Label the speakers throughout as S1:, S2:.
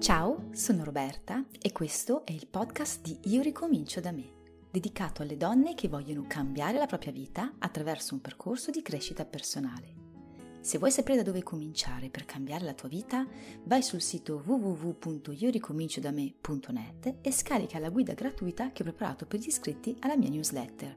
S1: Ciao, sono Roberta e questo è il podcast di Io ricomincio da me, dedicato alle donne che vogliono cambiare la propria vita attraverso un percorso di crescita personale. Se vuoi sapere da dove cominciare per cambiare la tua vita, vai sul sito www.ioricominciodame.net e scarica la guida gratuita che ho preparato per gli iscritti alla mia newsletter.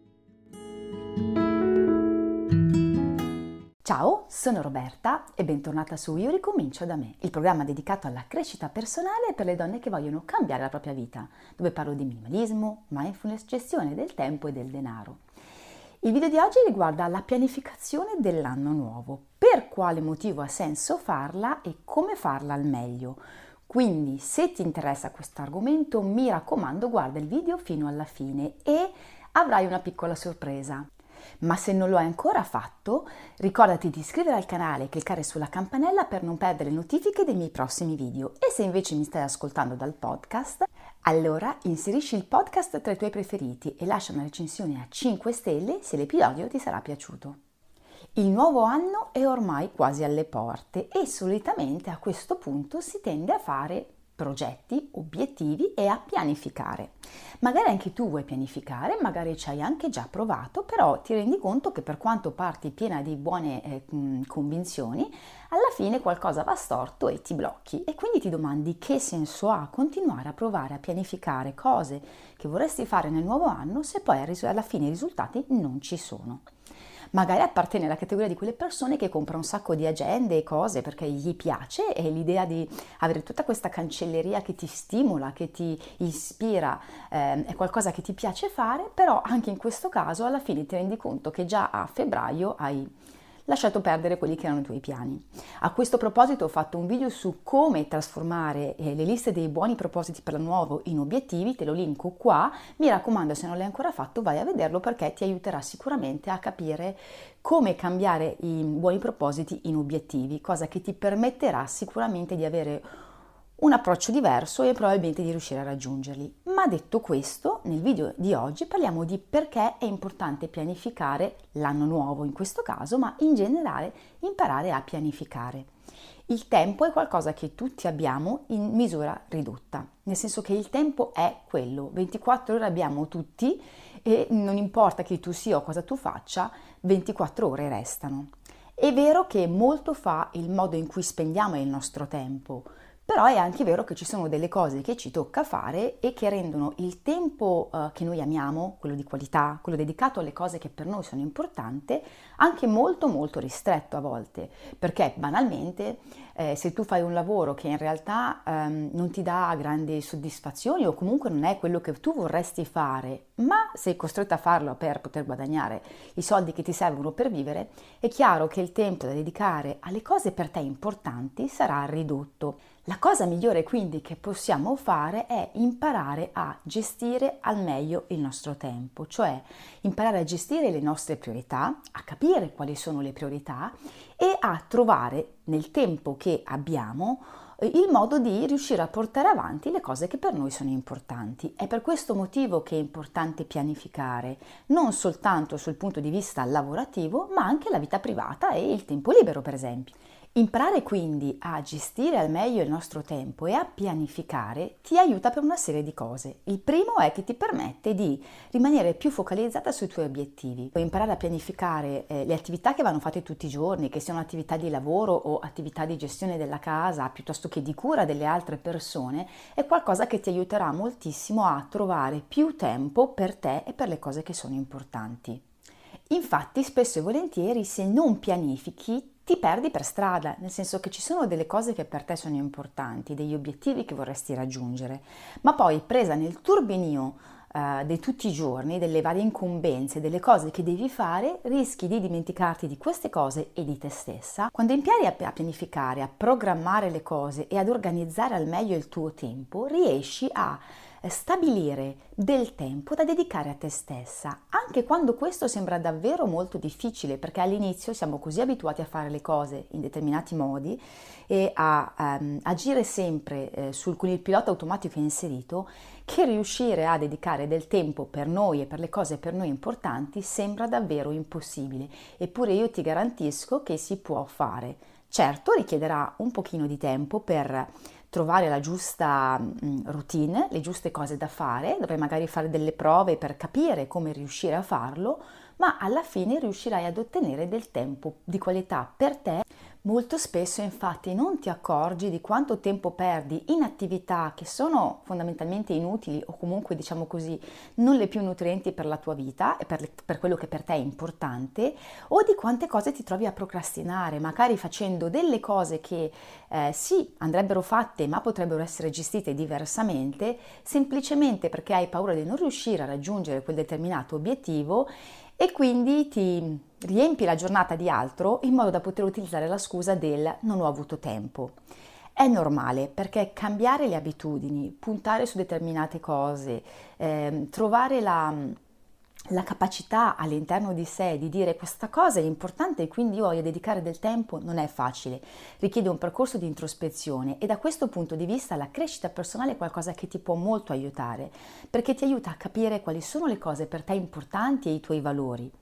S1: Ciao, sono Roberta e bentornata su Io ricomincio da me, il programma dedicato alla crescita personale per le donne che vogliono cambiare la propria vita, dove parlo di minimalismo, mindfulness, gestione del tempo e del denaro. Il video di oggi riguarda la pianificazione dell'anno nuovo, per quale motivo ha senso farla e come farla al meglio. Quindi se ti interessa questo argomento mi raccomando guarda il video fino alla fine e avrai una piccola sorpresa. Ma se non lo hai ancora fatto, ricordati di iscriverti al canale e cliccare sulla campanella per non perdere le notifiche dei miei prossimi video. E se invece mi stai ascoltando dal podcast, allora inserisci il podcast tra i tuoi preferiti e lascia una recensione a 5 stelle se l'episodio ti sarà piaciuto. Il nuovo anno è ormai quasi alle porte e solitamente a questo punto si tende a fare progetti, obiettivi e a pianificare. Magari anche tu vuoi pianificare, magari ci hai anche già provato, però ti rendi conto che per quanto parti piena di buone convinzioni, alla fine qualcosa va storto e ti blocchi e quindi ti domandi che senso ha continuare a provare a pianificare cose che vorresti fare nel nuovo anno se poi alla fine i risultati non ci sono. Magari appartiene alla categoria di quelle persone che comprano un sacco di agende e cose perché gli piace e l'idea di avere tutta questa cancelleria che ti stimola, che ti ispira, è qualcosa che ti piace fare, però anche in questo caso alla fine ti rendi conto che già a febbraio hai lasciato perdere quelli che erano i tuoi piani. A questo proposito ho fatto un video su come trasformare le liste dei buoni propositi per l'anno nuovo in obiettivi, te lo linko qua, mi raccomando se non l'hai ancora fatto vai a vederlo perché ti aiuterà sicuramente a capire come cambiare i buoni propositi in obiettivi, cosa che ti permetterà sicuramente di avere un approccio diverso e probabilmente di riuscire a raggiungerli. Ma detto questo, nel video di oggi parliamo di perché è importante pianificare l'anno nuovo in questo caso, ma in generale imparare a pianificare. Il tempo è qualcosa che tutti abbiamo in misura ridotta, nel senso che il tempo è quello, 24 ore abbiamo tutti e non importa chi tu sia o cosa tu faccia, 24 ore restano. È vero che molto fa il modo in cui spendiamo il nostro tempo, però è anche vero che ci sono delle cose che ci tocca fare e che rendono il tempo che noi amiamo, quello di qualità, quello dedicato alle cose che per noi sono importanti, anche molto molto ristretto a volte, perché banalmente se tu fai un lavoro che in realtà non ti dà grandi soddisfazioni o comunque non è quello che tu vorresti fare, ma sei costretto a farlo per poter guadagnare i soldi che ti servono per vivere, è chiaro che il tempo da dedicare alle cose per te importanti sarà ridotto. La cosa migliore quindi che possiamo fare è imparare a gestire al meglio il nostro tempo, cioè imparare a gestire le nostre priorità, a capire quali sono le priorità e a trovare nel tempo che abbiamo il modo di riuscire a portare avanti le cose che per noi sono importanti. È per questo motivo che è importante pianificare, non soltanto sul punto di vista lavorativo, ma anche la vita privata e il tempo libero, per esempio. Imparare quindi a gestire al meglio il nostro tempo e a pianificare ti aiuta per una serie di cose. Il primo è che ti permette di rimanere più focalizzata sui tuoi obiettivi. Puoi imparare a pianificare le attività che vanno fatte tutti i giorni, che siano attività di lavoro o attività di gestione della casa, piuttosto che di cura delle altre persone, è qualcosa che ti aiuterà moltissimo a trovare più tempo per te e per le cose che sono importanti. Infatti, spesso e volentieri, se non pianifichi, ti perdi per strada, nel senso che ci sono delle cose che per te sono importanti, degli obiettivi che vorresti raggiungere, ma poi presa nel turbinio di tutti i giorni, delle varie incombenze, delle cose che devi fare, rischi di dimenticarti di queste cose e di te stessa. Quando impari a pianificare, a programmare le cose e ad organizzare al meglio il tuo tempo, riesci a stabilire del tempo da dedicare a te stessa, anche quando questo sembra davvero molto difficile, perché all'inizio siamo così abituati a fare le cose in determinati modi e a agire sempre con il pilota automatico inserito, che riuscire a dedicare del tempo per noi e per le cose per noi importanti sembra davvero impossibile. Eppure io ti garantisco che si può fare. Certo, richiederà un pochino di tempo per trovare la giusta routine, le giuste cose da fare, dovrai magari fare delle prove per capire come riuscire a farlo, ma alla fine riuscirai ad ottenere del tempo di qualità per te. Molto spesso infatti non ti accorgi di quanto tempo perdi in attività che sono fondamentalmente inutili o comunque diciamo così non le più nutrienti per la tua vita e per quello che per te è importante, o di quante cose ti trovi a procrastinare, magari facendo delle cose che sì andrebbero fatte ma potrebbero essere gestite diversamente, semplicemente perché hai paura di non riuscire a raggiungere quel determinato obiettivo e quindi ti riempi la giornata di altro in modo da poter utilizzare la scusa del non ho avuto tempo. È normale perché cambiare le abitudini, puntare su determinate cose, trovare la capacità all'interno di sé di dire questa cosa è importante e quindi io voglio dedicare del tempo non è facile, richiede un percorso di introspezione e da questo punto di vista la crescita personale è qualcosa che ti può molto aiutare perché ti aiuta a capire quali sono le cose per te importanti e i tuoi valori.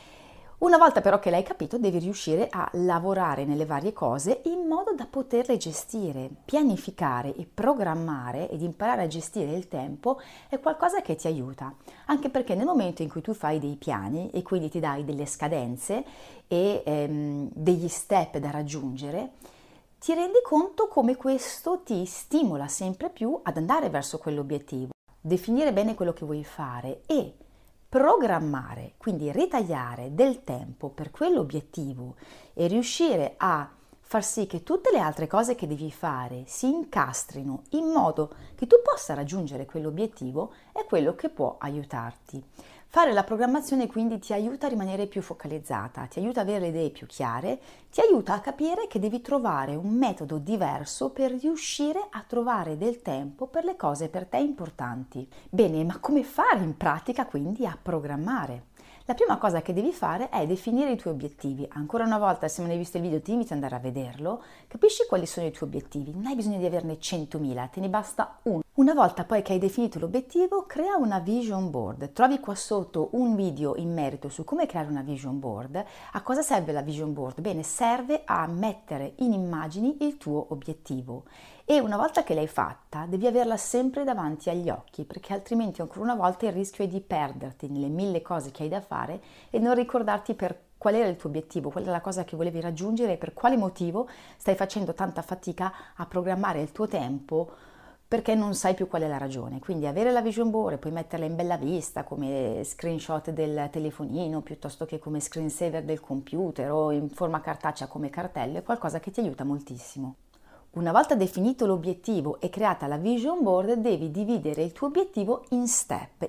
S1: Una volta però che l'hai capito, devi riuscire a lavorare nelle varie cose in modo da poterle gestire. Pianificare e programmare ed imparare a gestire il tempo è qualcosa che ti aiuta, anche perché nel momento in cui tu fai dei piani e quindi ti dai delle scadenze e degli step da raggiungere, ti rendi conto come questo ti stimola sempre più ad andare verso quell'obiettivo, definire bene quello che vuoi fare e programmare, quindi ritagliare del tempo per quell'obiettivo e riuscire a far sì che tutte le altre cose che devi fare si incastrino in modo che tu possa raggiungere quell'obiettivo è quello che può aiutarti. Fare la programmazione quindi ti aiuta a rimanere più focalizzata, ti aiuta ad avere le idee più chiare, ti aiuta a capire che devi trovare un metodo diverso per riuscire a trovare del tempo per le cose per te importanti. Bene, ma come fare in pratica quindi a programmare? La prima cosa che devi fare è definire i tuoi obiettivi. Ancora una volta, se non hai visto il video, ti invito ad andare a vederlo. Capisci quali sono i tuoi obiettivi. Non hai bisogno di averne 100.000, te ne basta uno. Una volta poi che hai definito l'obiettivo, crea una vision board. Trovi qua sotto un video in merito su come creare una vision board. A cosa serve la vision board? Bene, serve a mettere in immagini il tuo obiettivo. E una volta che l'hai fatta devi averla sempre davanti agli occhi perché altrimenti ancora una volta il rischio è di perderti nelle 1000 cose che hai da fare e non ricordarti per qual era il tuo obiettivo, qual era la cosa che volevi raggiungere e per quale motivo stai facendo tanta fatica a programmare il tuo tempo perché non sai più qual è la ragione. Quindi avere la vision board e poi metterla in bella vista come screenshot del telefonino piuttosto che come screensaver del computer o in forma cartacea come cartello è qualcosa che ti aiuta moltissimo. Una volta definito l'obiettivo e creata la vision board, devi dividere il tuo obiettivo in step,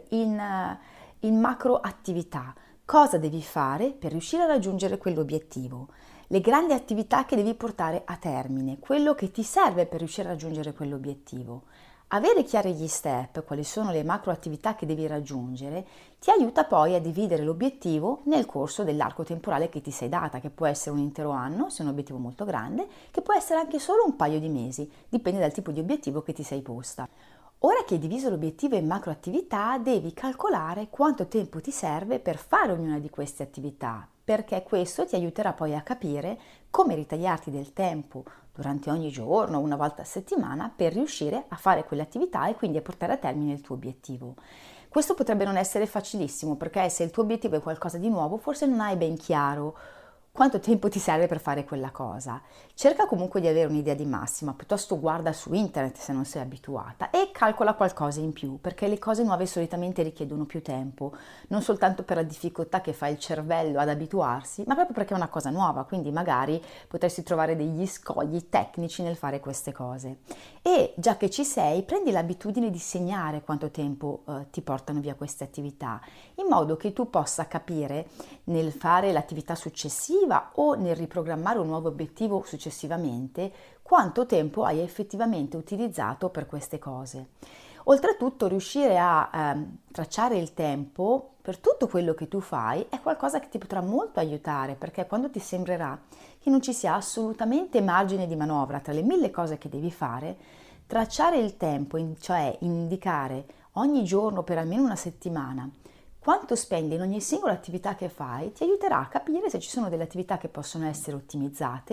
S1: in macro attività. Cosa devi fare per riuscire a raggiungere quell'obiettivo? Le grandi attività che devi portare a termine, quello che ti serve per riuscire a raggiungere quell'obiettivo. Avere chiari gli step, quali sono le macro attività che devi raggiungere, ti aiuta poi a dividere l'obiettivo nel corso dell'arco temporale che ti sei data, che può essere un intero anno, se è un obiettivo molto grande, che può essere anche solo un paio di mesi, dipende dal tipo di obiettivo che ti sei posta. Ora che hai diviso l'obiettivo in macro attività, devi calcolare quanto tempo ti serve per fare ognuna di queste attività, perché questo ti aiuterà poi a capire come ritagliarti del tempo durante ogni giorno, una volta a settimana, per riuscire a fare quell'attività e quindi a portare a termine il tuo obiettivo. Questo potrebbe non essere facilissimo perché se il tuo obiettivo è qualcosa di nuovo, forse non hai ben chiaro quanto tempo ti serve per fare quella cosa. Cerca comunque di avere un'idea di massima, piuttosto guarda su internet se non sei abituata e calcola qualcosa in più, perché le cose nuove solitamente richiedono più tempo, non soltanto per la difficoltà che fa il cervello ad abituarsi, ma proprio perché è una cosa nuova, quindi magari potresti trovare degli scogli tecnici nel fare queste cose. E già che ci sei, prendi l'abitudine di segnare quanto tempo ti portano via queste attività, in modo che tu possa capire nel fare l'attività successiva o nel riprogrammare un nuovo obiettivo successivamente, quanto tempo hai effettivamente utilizzato per queste cose. Oltretutto, riuscire a tracciare il tempo per tutto quello che tu fai è qualcosa che ti potrà molto aiutare, perché quando ti sembrerà che non ci sia assolutamente margine di manovra tra le 1000 cose che devi fare, tracciare il tempo, cioè indicare ogni giorno per almeno una settimana quanto spendi in ogni singola attività che fai, ti aiuterà a capire se ci sono delle attività che possono essere ottimizzate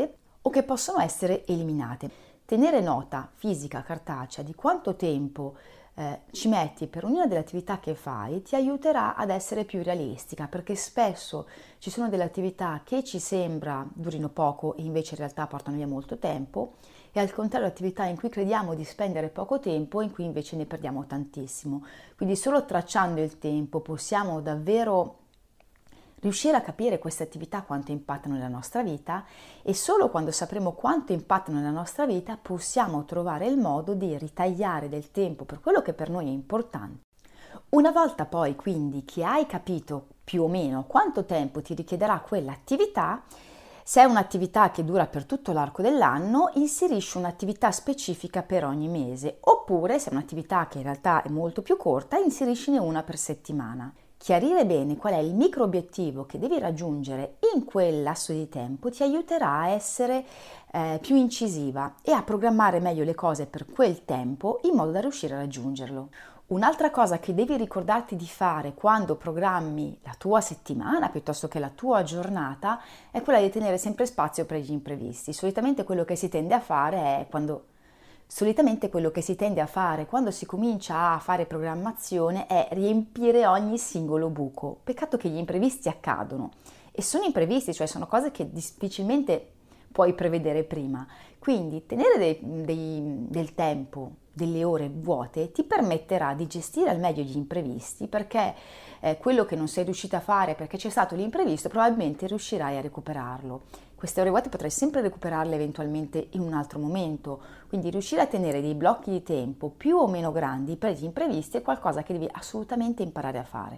S1: o che possono essere eliminate. Tenere nota fisica, cartacea, di quanto tempo ci metti per ognuna delle attività che fai ti aiuterà ad essere più realistica, perché spesso ci sono delle attività che ci sembra durino poco e invece in realtà portano via molto tempo, e al contrario attività in cui crediamo di spendere poco tempo e in cui invece ne perdiamo tantissimo. Quindi solo tracciando il tempo possiamo davvero riuscire a capire queste attività quanto impattano nella nostra vita, e solo quando sapremo quanto impattano nella nostra vita possiamo trovare il modo di ritagliare del tempo per quello che per noi è importante. Una volta poi quindi che hai capito più o meno quanto tempo ti richiederà quell'attività, se è un'attività che dura per tutto l'arco dell'anno, inserisci un'attività specifica per ogni mese, oppure se è un'attività che in realtà è molto più corta, inseriscine una per settimana. Chiarire bene qual è il micro obiettivo che devi raggiungere in quel lasso di tempo ti aiuterà a essere più incisiva e a programmare meglio le cose per quel tempo in modo da riuscire a raggiungerlo. Un'altra cosa che devi ricordarti di fare quando programmi la tua settimana piuttosto che la tua giornata è quella di tenere sempre spazio per gli imprevisti. Solitamente quello che si tende a fare quando si comincia a fare programmazione è riempire ogni singolo buco. Peccato che gli imprevisti accadono, e sono imprevisti, cioè sono cose che difficilmente puoi prevedere prima. Quindi tenere del tempo, delle ore vuote ti permetterà di gestire al meglio gli imprevisti, perché quello che non sei riuscita a fare perché c'è stato l'imprevisto probabilmente riuscirai a recuperarlo. Queste ore vuote potrai sempre recuperarle eventualmente in un altro momento, quindi riuscire a tenere dei blocchi di tempo più o meno grandi per gli imprevisti è qualcosa che devi assolutamente imparare a fare.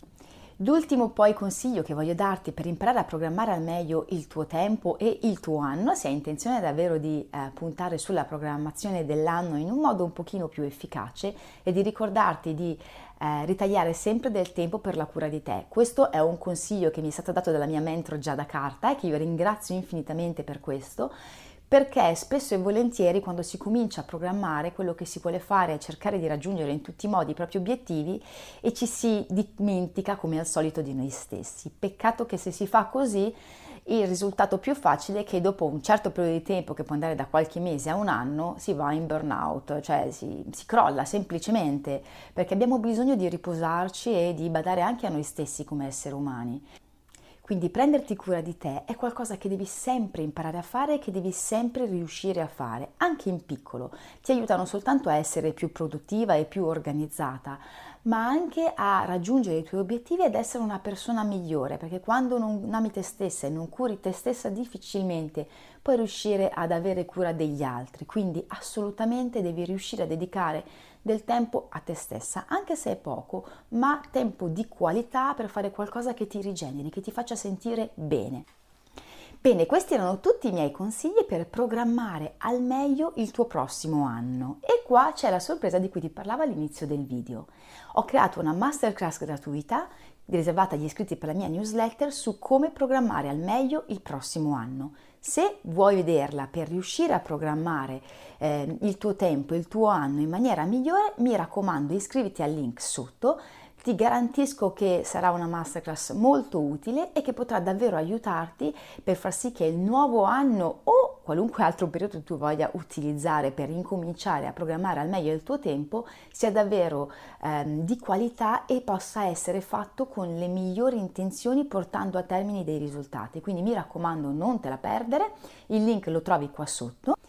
S1: L'ultimo poi consiglio che voglio darti per imparare a programmare al meglio il tuo tempo e il tuo anno, se hai intenzione davvero di puntare sulla programmazione dell'anno in un modo un pochino più efficace, è di ricordarti di ritagliare sempre del tempo per la cura di te. Questo è un consiglio che mi è stato dato dalla mia mentor Giada Carta e che io ringrazio infinitamente per questo, perché spesso e volentieri quando si comincia a programmare quello che si vuole fare è cercare di raggiungere in tutti i modi i propri obiettivi e ci si dimentica come al solito di noi stessi. Peccato che se si fa così il risultato più facile è che dopo un certo periodo di tempo, che può andare da qualche mese a un anno, si va in burnout, cioè si crolla semplicemente, perché abbiamo bisogno di riposarci e di badare anche a noi stessi come esseri umani. Quindi prenderti cura di te è qualcosa che devi sempre imparare a fare e che devi sempre riuscire a fare, anche in piccolo. Ti aiuta non soltanto a essere più produttiva e più organizzata, ma anche a raggiungere i tuoi obiettivi ed essere una persona migliore, perché quando non ami te stessa e non curi te stessa difficilmente puoi riuscire ad avere cura degli altri. Quindi assolutamente devi riuscire a dedicare del tempo a te stessa, anche se è poco, ma tempo di qualità per fare qualcosa che ti rigeneri, che ti faccia sentire bene. Bene, questi erano tutti i miei consigli per programmare al meglio il tuo prossimo anno. E qua c'è la sorpresa di cui ti parlavo all'inizio del video. Ho creato una masterclass gratuita riservata agli iscritti per la mia newsletter su come programmare al meglio il prossimo anno. Se vuoi vederla per riuscire a programmare il tuo tempo, il tuo anno in maniera migliore, mi raccomando, iscriviti al link sotto. Ti garantisco che sarà una masterclass molto utile e che potrà davvero aiutarti per far sì che il nuovo anno o qualunque altro periodo tu voglia utilizzare per incominciare a programmare al meglio il tuo tempo sia davvero di qualità e possa essere fatto con le migliori intenzioni, portando a termine dei risultati. Quindi mi raccomando, non te la perdere, il link lo trovi qua sotto.